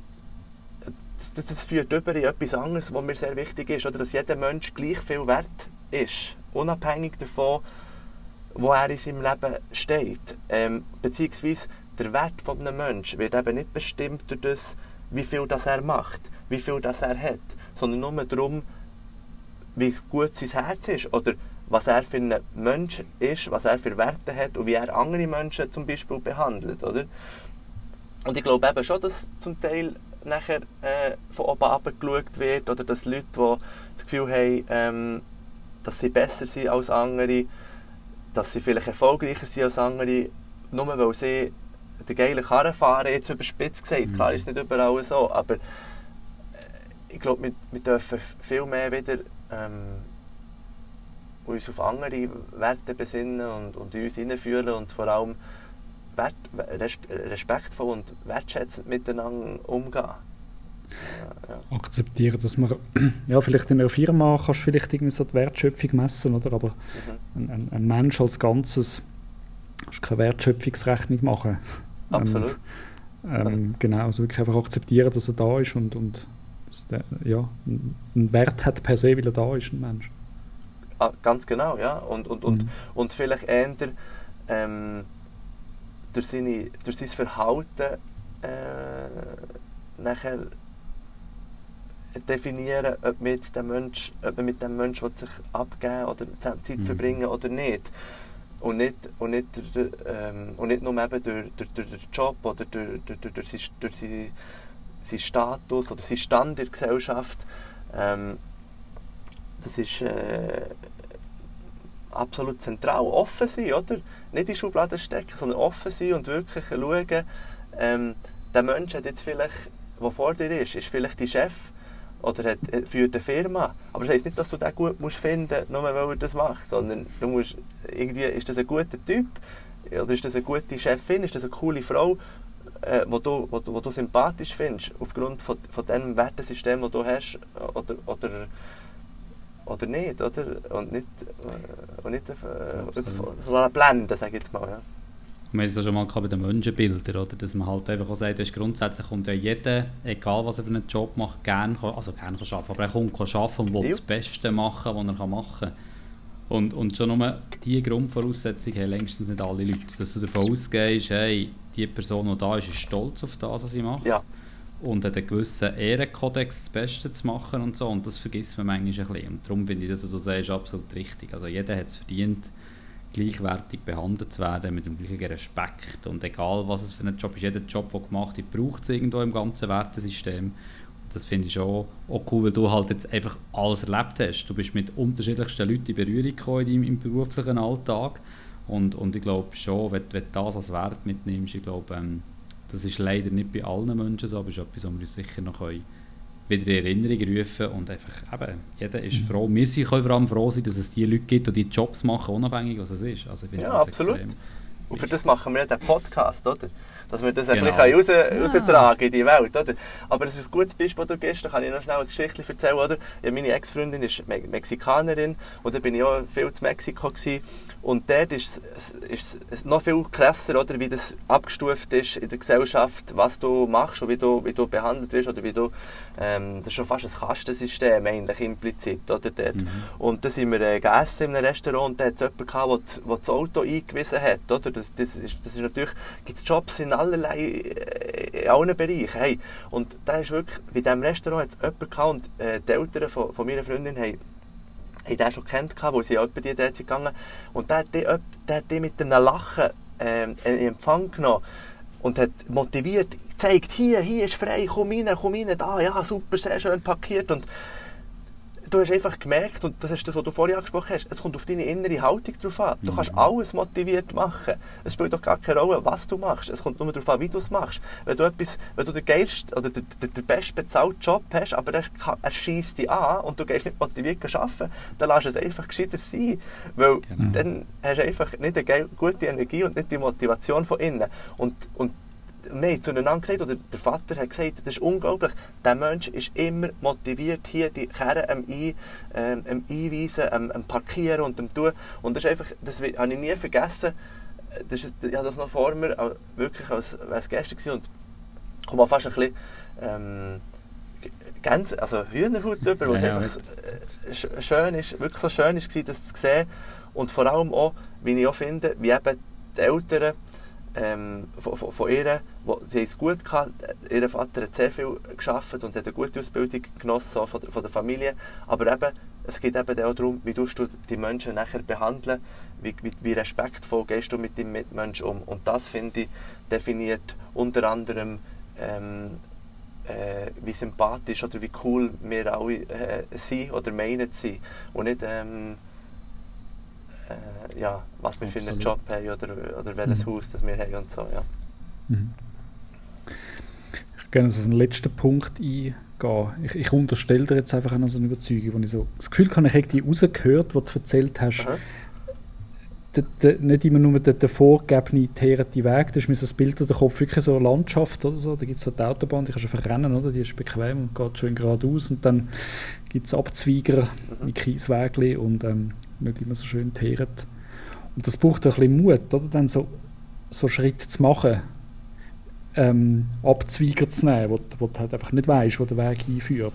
das führt über in etwas anderes, was mir sehr wichtig ist, oder dass jeder Mensch gleich viel wert ist, unabhängig davon, wo er in seinem Leben steht. Beziehungsweise der Wert eines Menschen wird eben nicht bestimmt durch das, wie viel das er macht, wie viel das er hat, sondern nur darum, wie gut sein Herz ist oder was er für ein Mensch ist, was er für Werte hat und wie er andere Menschen zum Beispiel behandelt. Oder? Und ich glaube eben schon, dass zum Teil nachher von oben herab geschaut wird, oder dass Leute, die das Gefühl haben, dass sie besser sind als andere, dass sie vielleicht erfolgreicher sind als andere, nur weil sie den geilen Karren fahren, jetzt überspitzt gesagt. Klar ist es nicht überall so, aber ich glaube, wir dürfen viel mehr wieder uns auf andere Werte besinnen und uns hineinfühlen und vor allem respektvoll und wertschätzend miteinander umgehen. Ja. Akzeptieren, dass man vielleicht in einer Firma kannst du vielleicht irgendwie so die Wertschöpfung messen, oder? Aber ein Mensch als Ganzes kannst keine Wertschöpfungsrechnung machen. Absolut. Genau, also wirklich einfach akzeptieren, dass er da ist und dass der, einen Wert hat per se, weil er da ist, ein Mensch. Ganz genau, ja. Und vielleicht eher durch sein Verhalten nachher definieren, ob man mit dem Mensch sich abgeben oder Zeit verbringen oder nicht. Und nicht nur eben durch den Job oder durch seinen Status oder seinen Stand in der Gesellschaft. Das ist absolut zentral. Offen sein, oder? Nicht in Schubladen stecken, sondern offen sein und wirklich schauen, der Mensch hat jetzt vielleicht, der vor dir ist vielleicht dein Chef oder führt eine Firma. Aber das heisst nicht, dass du den gut finden musst, nur weil er das macht, sondern du musst irgendwie, ist das ein guter Typ oder ist das eine gute Chefin, ist das eine coole Frau, wo du sympathisch findest, aufgrund von dem Wertesystem, das du hast, oder nicht, oder? Und nicht so blenden, sage ich jetzt mal. Ja. Wir haben es ja schon mal bei den Menschenbildern, oder? Dass man halt einfach auch sagt, dass grundsätzlich kommt ja jeder, egal was er für einen Job macht, gerne arbeiten, aber er kommt arbeiten und will das Beste machen, was er machen kann. Und schon nur diese Grundvoraussetzung haben längstens nicht alle Leute. Dass du davon ausgehst, hey, die Person, die da ist stolz auf das, was sie macht. Ja. Und hat einen gewissen Ehrenkodex, das Beste zu machen und so. Und das vergisst man manchmal ein bisschen. Und darum finde ich das, was du sagst, absolut richtig. Also jeder hat es verdient, gleichwertig behandelt zu werden, mit dem gleichen Respekt. Und egal, was es für ein Job ist, jeder Job, der gemacht wird, braucht es irgendwo im ganzen Wertesystem. Und das finde ich schon auch cool, weil du halt jetzt einfach alles erlebt hast. Du bist mit unterschiedlichsten Leuten in Berührung gekommen in deinem beruflichen Alltag. Und ich glaube schon, wenn du das als Wert mitnimmst, ich glaube, Das ist leider nicht bei allen Menschen so, aber es ist etwas, was wir uns sicher noch wieder in Erinnerung rufen und einfach, eben, jeder ist froh. Wir können vor allem froh sein, dass es die Leute gibt, die Jobs machen, unabhängig was es ist. Also ich finde das absolut. Extrem. Und für das machen wir ja den Podcast, oder? Dass wir das Genau. ein bisschen raustragen in die Welt, oder? Aber das ist ein gutes Beispiel, das du gibst. Da kann ich noch schnell ein Geschichtchen erzählen, oder? Ja, meine Ex-Freundin ist Mexikanerin und da bin ich auch viel zu Mexiko gewesen. Und dort ist es noch viel krasser, oder, wie das abgestuft ist in der Gesellschaft, was du machst und wie du behandelt wirst, oder wie du, das ist schon fast ein Kastensystem eigentlich implizit, oder, dort. Und da sind wir gegessen in einem Restaurant und da hat es jemanden gehabt, der das Auto eingewiesen hat, oder? Das ist natürlich, gibt es Jobs in allen Bereichen, hey. Und da ist wirklich, bei diesem Restaurant hat es jemanden gehabt und die Eltern von meiner Freundin haben den schon kennt, wo sie auch bei die dort sind gegangen. Und der hat die mit einem Lachen in Empfang genommen und hat motiviert, gezeigt, hier ist frei, komm rein, da, ja, super, sehr schön parkiert. Und du hast einfach gemerkt, und das ist das, was du vorhin angesprochen hast, es kommt auf deine innere Haltung drauf an. Du kannst alles motiviert machen. Es spielt doch gar keine Rolle, was du machst. Es kommt nur darauf an, wie du es machst. Wenn du den geilsten oder den bestbezahlten Job hast, aber er schiesst dich an und du gehst nicht motiviert arbeiten, dann lass es einfach gescheiter sein. Weil dann hast du einfach nicht eine gute Energie und nicht die Motivation von innen. Und wir haben zueinander gesagt, oder der Vater hat gesagt, das ist unglaublich, der Mensch ist immer motiviert, hier die Karren am Einweisen, am Parkieren und am Tun. Und das ist einfach, das habe ich nie vergessen, ich habe das noch vor mir, wirklich als wäre es gestern gewesen, und ich komme fast ein bisschen Hühnerhaut über, weil es einfach schön ist, wirklich so schön war, das zu sehen. Und vor allem auch, wie ich auch finde, wie eben die Eltern von ihr, sie haben es gut gehabt. Ihr Vater hat sehr viel gearbeitet und hat eine gute Ausbildung genossen von der Familie. Aber eben, es geht eben auch darum, wie du die Menschen nachher behandeln, wie respektvoll gehst du mit deinem Mitmenschen um. Und das, finde ich, definiert unter anderem, wie sympathisch oder wie cool wir alle sind oder meinen zu sein. Und nicht, was wir für einen Job haben oder welches Haus das wir haben und so, ja. Ich würde gerne auf den letzten Punkt eingehen. Ich unterstelle dir jetzt einfach eine so eine Überzeugung, wo ich so das Gefühl habe, ich habe die rausgehört, was du erzählt hast. Nicht immer nur der vorgegebene, teerte Weg, da ist mir so das Bild in den Kopf, wirklich so eine Landschaft oder so, da gibt es so die Autobahn, die kannst du einfach rennen, oder? Die ist bequem und geht schön geradeaus und dann gibt es Abzweiger mit Kieswägli und nicht immer so schön teert. Und das braucht ein bisschen Mut, oder? Dann so Schritte zu machen, Abzweiger zu nehmen, wo du halt einfach nicht weißt, wo der Weg einführt.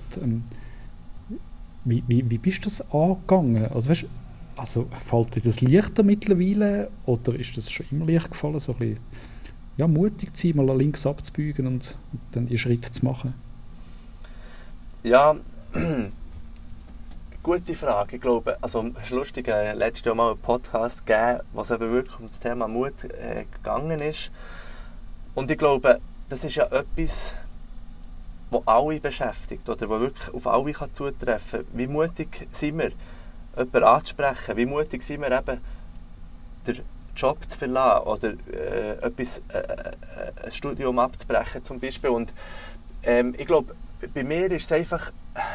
Wie bist du das angegangen? Also, weißt, fällt dir das leichter mittlerweile oder ist das schon immer leicht gefallen, so ein bisschen, mutig zu sein, mal links abzubeugen und dann die Schritte zu machen? Ja, gute Frage. Ich glaube, es ist lustig, letztes Jahr mal einen Podcast gegeben, was eben wirklich um das Thema Mut gegangen ist. Und ich glaube, das ist ja etwas, das alle beschäftigt oder das wirklich auf alle zutreffen kann. Wie mutig sind wir, jemanden anzusprechen? Wie mutig sind wir eben, den Job zu verlassen oder ein Studium abzubrechen zum Beispiel? Und ich glaube, bei mir ist es einfach...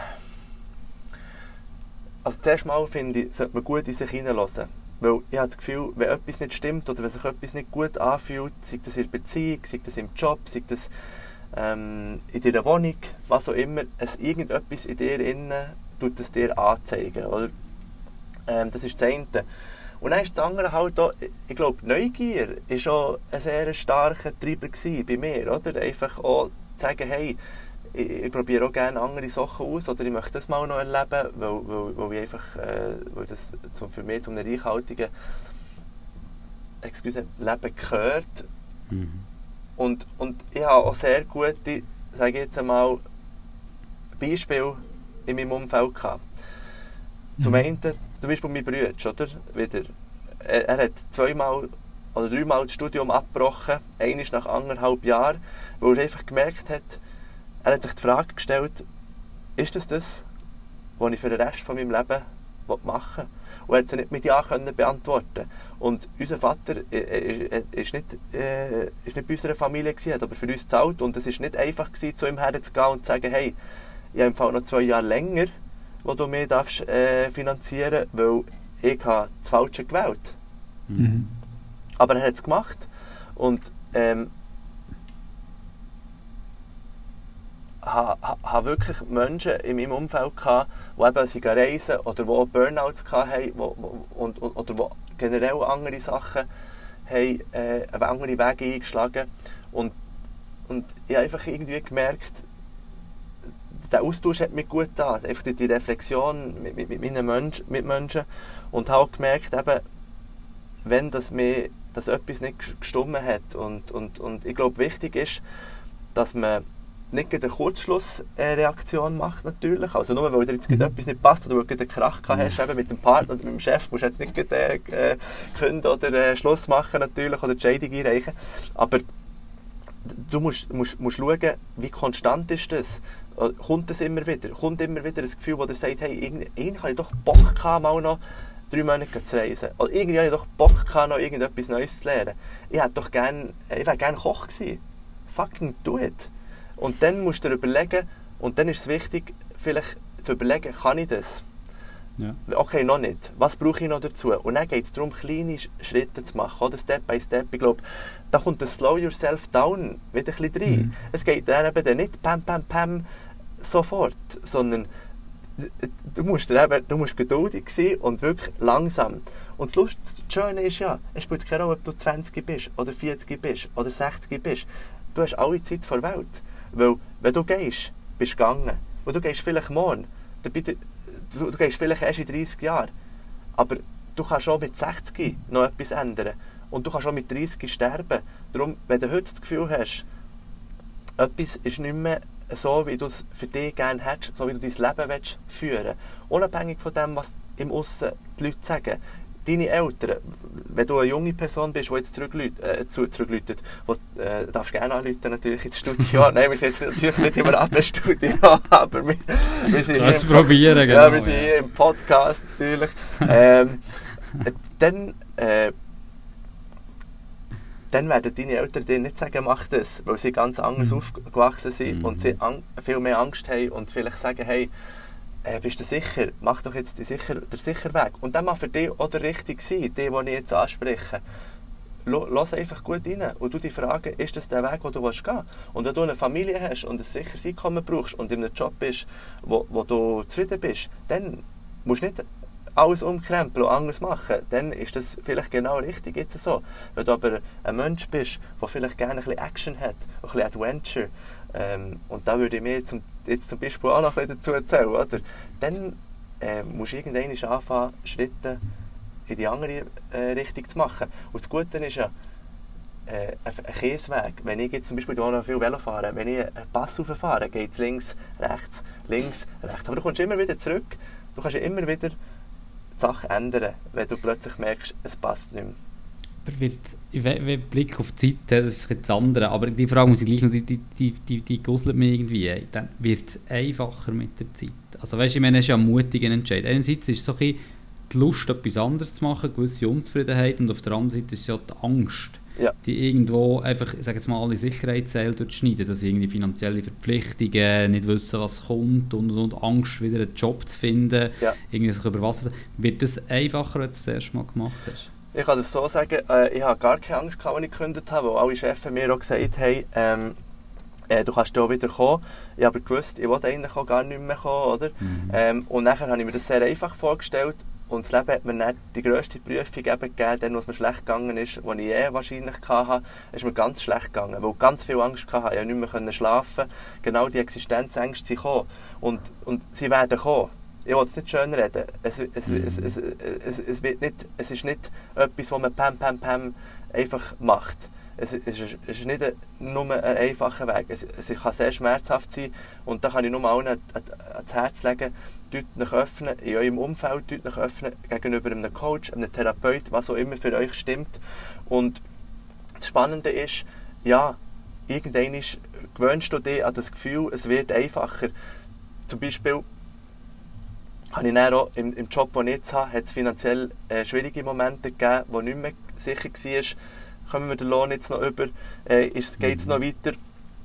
zuerst mal finde ich, sollte man gut in sich hineinhören. Weil ich habe das Gefühl, wenn etwas nicht stimmt oder wenn sich etwas nicht gut anfühlt, sei das in der Beziehung, sei das im Job, sei das in deiner Wohnung, was auch immer, irgendetwas in dir innen tut es dir anzeigen. Oder? Das ist das eine. Und dann ist das andere halt auch, ich glaube, Neugier war schon ein sehr starker Treiber bei mir. Oder? Einfach auch zu sagen, hey, ich probiere auch gerne andere Sachen aus oder ich möchte das mal noch erleben, weil das für mich zu einem reichhaltigen Leben gehört. Und ich habe auch sehr gute, sage ich jetzt einmal, Beispiele in meinem Umfeld gehabt. Zum einen, zum Beispiel mein Bruder, oder? Er hat 2-mal oder 3-mal das Studium abgebrochen, einmal nach 1,5 Jahren, weil er einfach gemerkt hat, er hat sich die Frage gestellt, ist das, was ich für den Rest von meinem Leben machen will. Und er hat sie nicht mit Ja können beantworten. Und unser Vater ist nicht bei unserer Familie gewesen, hat aber für uns gezahlt. Und es war nicht einfach gewesen, zu ihm herzugehen und zu sagen, hey, ich habe im Fall noch 2 Jahre länger, wo du mich darfst, finanzieren darfst, weil ich habe das Falsche gewählt. Mhm. Aber er hat es gemacht. Und habe wirklich Menschen in meinem Umfeld gehabt, die eben reisen oder die auch Burnouts hatten oder die generell andere Sachen haben, andere Wege eingeschlagen. Und ich habe einfach irgendwie gemerkt, der Austausch hat mir gut getan, einfach die Reflexion mit meinen Mitmenschen. Und habe auch gemerkt, eben, wenn dass etwas nicht gestimmt hat. Und ich glaube, wichtig ist, dass man nicht eine Kurzschlussreaktion macht, natürlich. Also nur weil dir jetzt etwas nicht passt oder weil du einen Krach gehabt hast eben mit dem Partner oder mit dem Chef, musst du jetzt nicht kündigen oder Schluss machen natürlich oder die Scheidung einreichen. Aber du musst schauen, wie konstant ist das. Kommt das immer wieder? Kommt immer wieder das Gefühl, wo du sagst, hey, irgendwie habe ich doch Bock gehabt, mal noch 3 Monate zu reisen. Oder irgendwie habe ich doch Bock gehabt, noch irgendetwas Neues zu lernen. Ich wäre gerne Koch gewesen. Fucking do it. Und dann musst du dir überlegen, und dann ist es wichtig, vielleicht zu überlegen, kann ich das? Ja. Okay, noch nicht. Was brauche ich noch dazu? Und dann geht es darum, kleine Schritte zu machen, oder Step by Step. Ich glaube, da kommt das Slow Yourself Down wieder ein bisschen rein. Es geht dann eben nicht pam, sofort, sondern du musst geduldig sein und wirklich langsam. Und das Schöne ist ja, es spielt keine Rolle, ob du 20 bist, oder 40 bist, oder 60 bist. Du hast alle Zeit der Welt. Weil, wenn du gehst, bist du gegangen. Und du gehst vielleicht morgen. Du gehst vielleicht erst in 30 Jahren. Aber du kannst auch mit 60 noch etwas ändern. Und du kannst auch mit 30 sterben. Darum, wenn du heute das Gefühl hast, etwas ist nicht mehr so, wie du es für dich gerne hättest, so wie du dein Leben führen willst, unabhängig von dem, was im Aussen die Leute sagen. Deine Eltern, wenn du eine junge Person bist, die jetzt zurückläutet, darfst du gerne anrufen, natürlich ins Studio. Nein, wir sind jetzt natürlich nicht im Radiostudio, aber wir sind hier im Podcast natürlich. Dann werden deine Eltern dir nicht sagen, mach das, weil sie ganz anders aufgewachsen sind und sie viel mehr Angst haben und vielleicht sagen, hey, bist du sicher? Mach doch jetzt den sicheren Weg. Und dann mag für dich auch der richtige sein, den ich jetzt anspreche. Lass einfach gut rein und du dich fragen, ist das der Weg, den du gehen willst? Und wenn du eine Familie hast und ein sicheres Einkommen brauchst und in einem Job bist, wo du zufrieden bist, dann musst du nicht alles umkrempeln und anders machen. Dann ist das vielleicht genau richtig jetzt so. Wenn du aber ein Mensch bist, der vielleicht gerne ein bisschen Action hat, ein bisschen Adventure, und da würde ich mir jetzt zum Beispiel auch noch ein bisschen dazu erzählen, oder? Dann musst du irgendwann anfangen, Schritte in die andere Richtung zu machen. Und das Gute ist ja, ein Kiesweg. Wenn ich jetzt zum Beispiel auch noch viel Velo fahre, wenn ich einen Pass rauffahre, geht es links, rechts. Aber du kommst immer wieder zurück. Du kannst ja immer wieder die Sache ändern, wenn du plötzlich merkst, es passt nicht mehr. Aber Blick auf die Zeit, das ist jetzt das andere, aber die Frage muss ich gleich noch, die gruselt mich irgendwie. Dann wird es einfacher mit der Zeit. Also weißt du, ich meine, es ist ja ein mutiger Entscheid. Einerseits ist es so ein bisschen die Lust, etwas anderes zu machen, eine gewisse Unzufriedenheit, und auf der anderen Seite ist es ja die Angst, die irgendwo einfach, ich sage jetzt mal, alle Sicherheitsseile durchschneiden, dass irgendwie finanzielle Verpflichtungen, nicht wissen, was kommt und Angst, wieder einen Job zu finden, irgendwie sich über Wasser. Wird das einfacher, als du das erste Mal gemacht hast? Ich kann das so sagen, ich habe gar keine Angst gehabt, als ich gekündigt habe, weil alle Chefs mir auch gesagt haben, du kannst auch wieder kommen. Ich habe aber gewusst, ich wollte eigentlich auch gar nicht mehr kommen, oder? Und nachher habe ich mir das sehr einfach vorgestellt. Und das Leben hat mir dann die grösste Prüfung gegeben, dann, was mir schlecht gegangen ist, die ich wahrscheinlich hatte, ist mir ganz schlecht gegangen, weil ich ganz viel Angst hatte. Ich konnte nicht mehr schlafen. Genau die Existenzängste sind gekommen. Und sie werden kommen. Ich will es nicht schönreden. Es ist nicht etwas, was man pam einfach macht. Es ist nicht nur ein einfacher Weg. Es kann sehr schmerzhaft sein. Und da kann ich nur allen ans Herz legen, deutlich öffnen, in eurem Umfeld deutlich öffnen, gegenüber einem Coach, einem Therapeut, was auch immer für euch stimmt. Und das Spannende ist, ja, irgendwann gewöhnst du dich an das Gefühl, es wird einfacher. Zum Beispiel habe ich dann auch im Job, den ich jetzt habe, hat es finanziell schwierige Momente gegeben, wo nicht mehr sicher war, kommen wir den Lohn jetzt noch über, geht es noch weiter.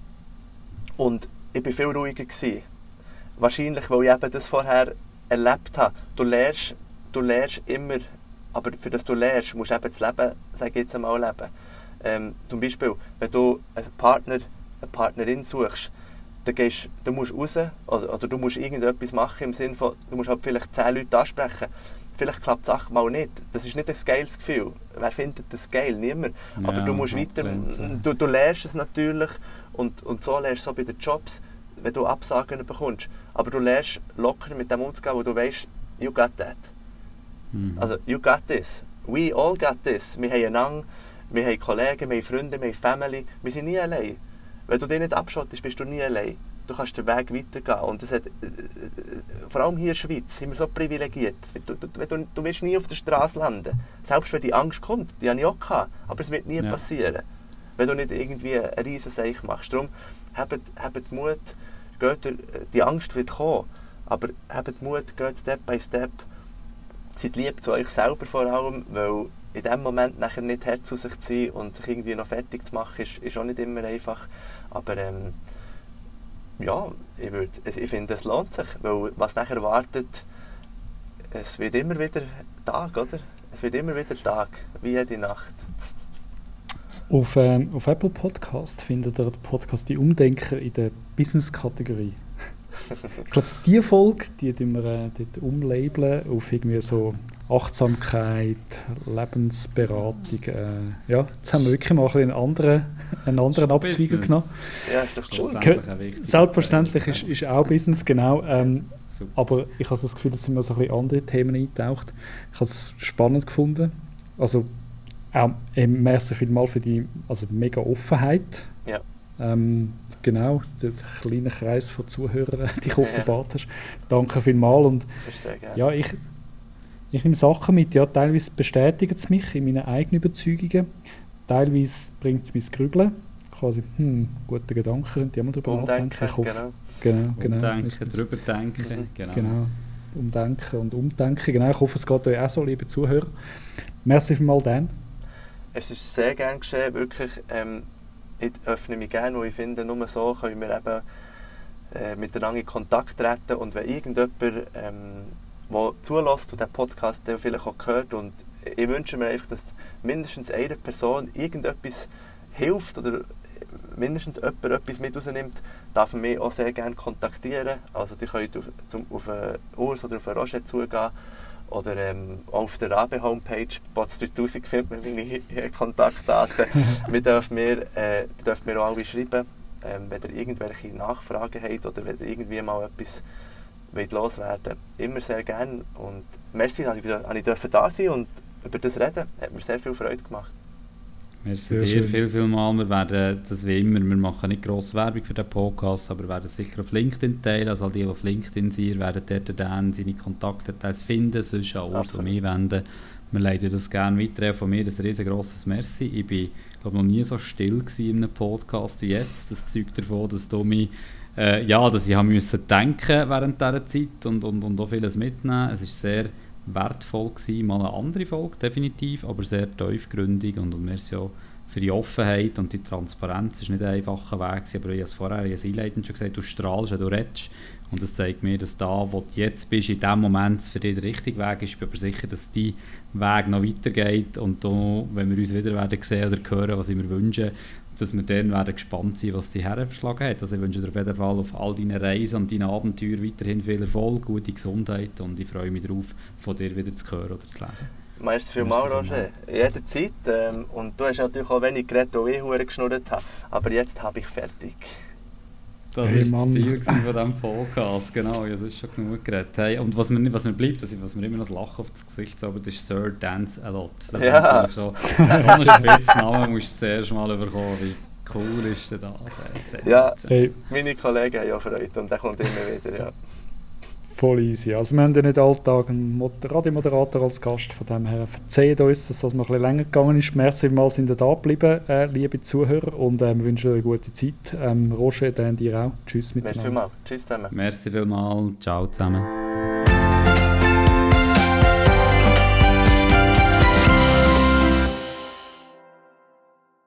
Und ich war viel ruhiger gewesen. Wahrscheinlich, weil ich eben das vorher erlebt habe. Du lernst immer, aber für das du lernst, musst du eben das Leben, sage ich jetzt einmal, leben. Zum Beispiel, wenn du einen Partner, eine Partnerin suchst, dann musst du raus oder du musst irgendetwas machen im Sinne von, du musst halt vielleicht 10 Leute ansprechen. Vielleicht klappt es 8 Mal nicht. Das ist nicht ein geiles Gefühl. Wer findet das geil? Niemand. Ja, aber du musst weiter, du lernst es natürlich und so lernst du es auch bei den Jobs, wenn du Absagen bekommst. Aber du lernst locker mit dem umzugehen, wo du weißt, you got that. Also, you got this. We all got this. Wir haben einander, wir haben Kollegen, wir haben Freunde, wir haben Family. Wir sind nie allein. Wenn du dich nicht abschottest, bist du nie allein. Du kannst den Weg weitergehen. Und das hat, vor allem hier in der Schweiz sind wir so privilegiert. Du wirst nie auf der Straße landen. Selbst wenn die Angst kommt, die habe ich auch gehabt. Aber es wird nie passieren. Wenn du nicht irgendwie einen riesen Seich machst. Darum, habt Mut, die Angst wird kommen. Aber habt Mut, geht Step by Step. Seid lieb zu euch selber vor allem, weil in dem Moment nachher nicht hart zu sich zu sein und sich irgendwie noch fertig zu machen, ist auch nicht immer einfach. Aber ja, ich finde, es lohnt sich, weil was nachher wartet, es wird immer wieder Tag, oder? Es wird immer wieder Tag, wie jede Nacht. Auf Apple Podcast findet ihr den Podcast «Die Umdenker» in der Business-Kategorie. Ich glaube, diese Folge, die wir dort umlabeln auf irgendwie so Achtsamkeit, Lebensberatung. Ja, jetzt haben wir wirklich mal einen anderen Abzweiger genommen. Ja, ist doch cool. Selbstverständlich ist auch Business, genau. Aber ich habe das Gefühl, dass sind wir so ein bisschen andere Themen eingetaucht. Ich habe es spannend gefunden. Also, merci vielmals für die mega Offenheit. Ja. Genau, der kleine Kreis von Zuhörern, die ich offenbart hast. Danke vielmals. Und sehr gerne. Ja, ich nehme Sachen mit, ja, teilweise bestätigt es mich in meinen eigenen Überzeugungen, teilweise bringt es mich ins Grübeln. Quasi, guter Gedanke, könnte ich mal darüber nachdenken. Ich hoffe, genau. Umdenken, drüber denken. Genau. Umdenken und umdenken. Genau, ich hoffe, es geht euch auch so, liebe Zuhörer. Merci vielmals, Dan. Es ist sehr gerne geschehen, wirklich. Ich öffne mich gerne, weil ich finde, nur so können wir eben miteinander in Kontakt treten. Und wenn irgendjemand, der zulässt und den Podcast der vielleicht auch hört, und ich wünsche mir einfach, dass mindestens eine Person irgendetwas hilft oder mindestens jemand etwas mit rausnimmt, darf man mich auch sehr gerne kontaktieren. Also die könnt auf Urs oder auf Roger zugehen. Oder auch auf der RABE-Homepage, Bots 3000, findet man meine Kontaktdaten. Ihr dürft mir auch alle schreiben, wenn ihr irgendwelche Nachfragen habt oder wenn ihr irgendwie mal etwas loswerden wollt. Immer sehr gerne. Und merci, dass ich da sein und über das reden. Hat mir sehr viel Freude gemacht. Merci dir viel mal. Wir werden das wie immer, wir machen nicht grosse Werbung für den Podcast, aber wir werden sicher auf LinkedIn teilen. Also all die auf LinkedIn sind, werden dort dann seine Kontaktdetails finden, sonst an uns und mich wenden. Wir leiten das gerne weiter. Von mir ein riesengroßes Merci. Ich war noch nie so still in einem Podcast wie jetzt. Das zeugt davon, dass du mich dass ich musste denken während dieser Zeit und auch vieles mitnehmen. Es ist sehr wertvoll gewesen, mal eine andere Folge, definitiv, aber sehr tiefgründig und merci auch für die Offenheit und die Transparenz. Es war nicht ein einfacher Weg, aber ich habe es vorher einleitend schon gesagt, du strahlst, wenn du redest und das zeigt mir, dass da, wo du jetzt bist, in dem Moment für dich der richtige Weg ist. Ich bin aber sicher, dass dein Weg noch weitergeht und da, wenn wir uns wieder werden sehen oder hören, was ich mir wünsche, dass wir dann werden gespannt sein, was dich herverschlagen hat. Also ich wünsche dir auf jeden Fall auf all deinen Reisen und deinen Abenteuern weiterhin viel Erfolg, gute Gesundheit und ich freue mich darauf, von dir wieder zu hören oder zu lesen. Merci vielmals, Roger. Jederzeit. Und du hast natürlich auch wenig geredet, weil ich verdammt geschnurrt habe. Aber jetzt habe ich fertig. Das war das Ziel von diesem Podcast, genau, ich habe schon genug geredet. Hey, und was mir bleibt, was mir immer noch das Lachen auf das Gesicht zaubert, ist Sir Dance a Lot. Das ist natürlich schon so einen Spitznamen musst du zuerst mal bekommen. Wie cool ist denn das? Ja, meine Kollegen haben ja Freude und der kommt immer wieder, ja. Voll easy. Also wir haben ja nicht alltag einen Radiomoderator als Gast, von dem her verzeiht uns, dass das noch ein bisschen länger gegangen ist. Merci vielmals, sind ihr da geblieben, liebe Zuhörer, und wir wünschen euch eine gute Zeit. Roger, dann dir auch. Tschüss miteinander. Merci vielmals. Tschüss zusammen. Merci vielmals. Ciao zusammen.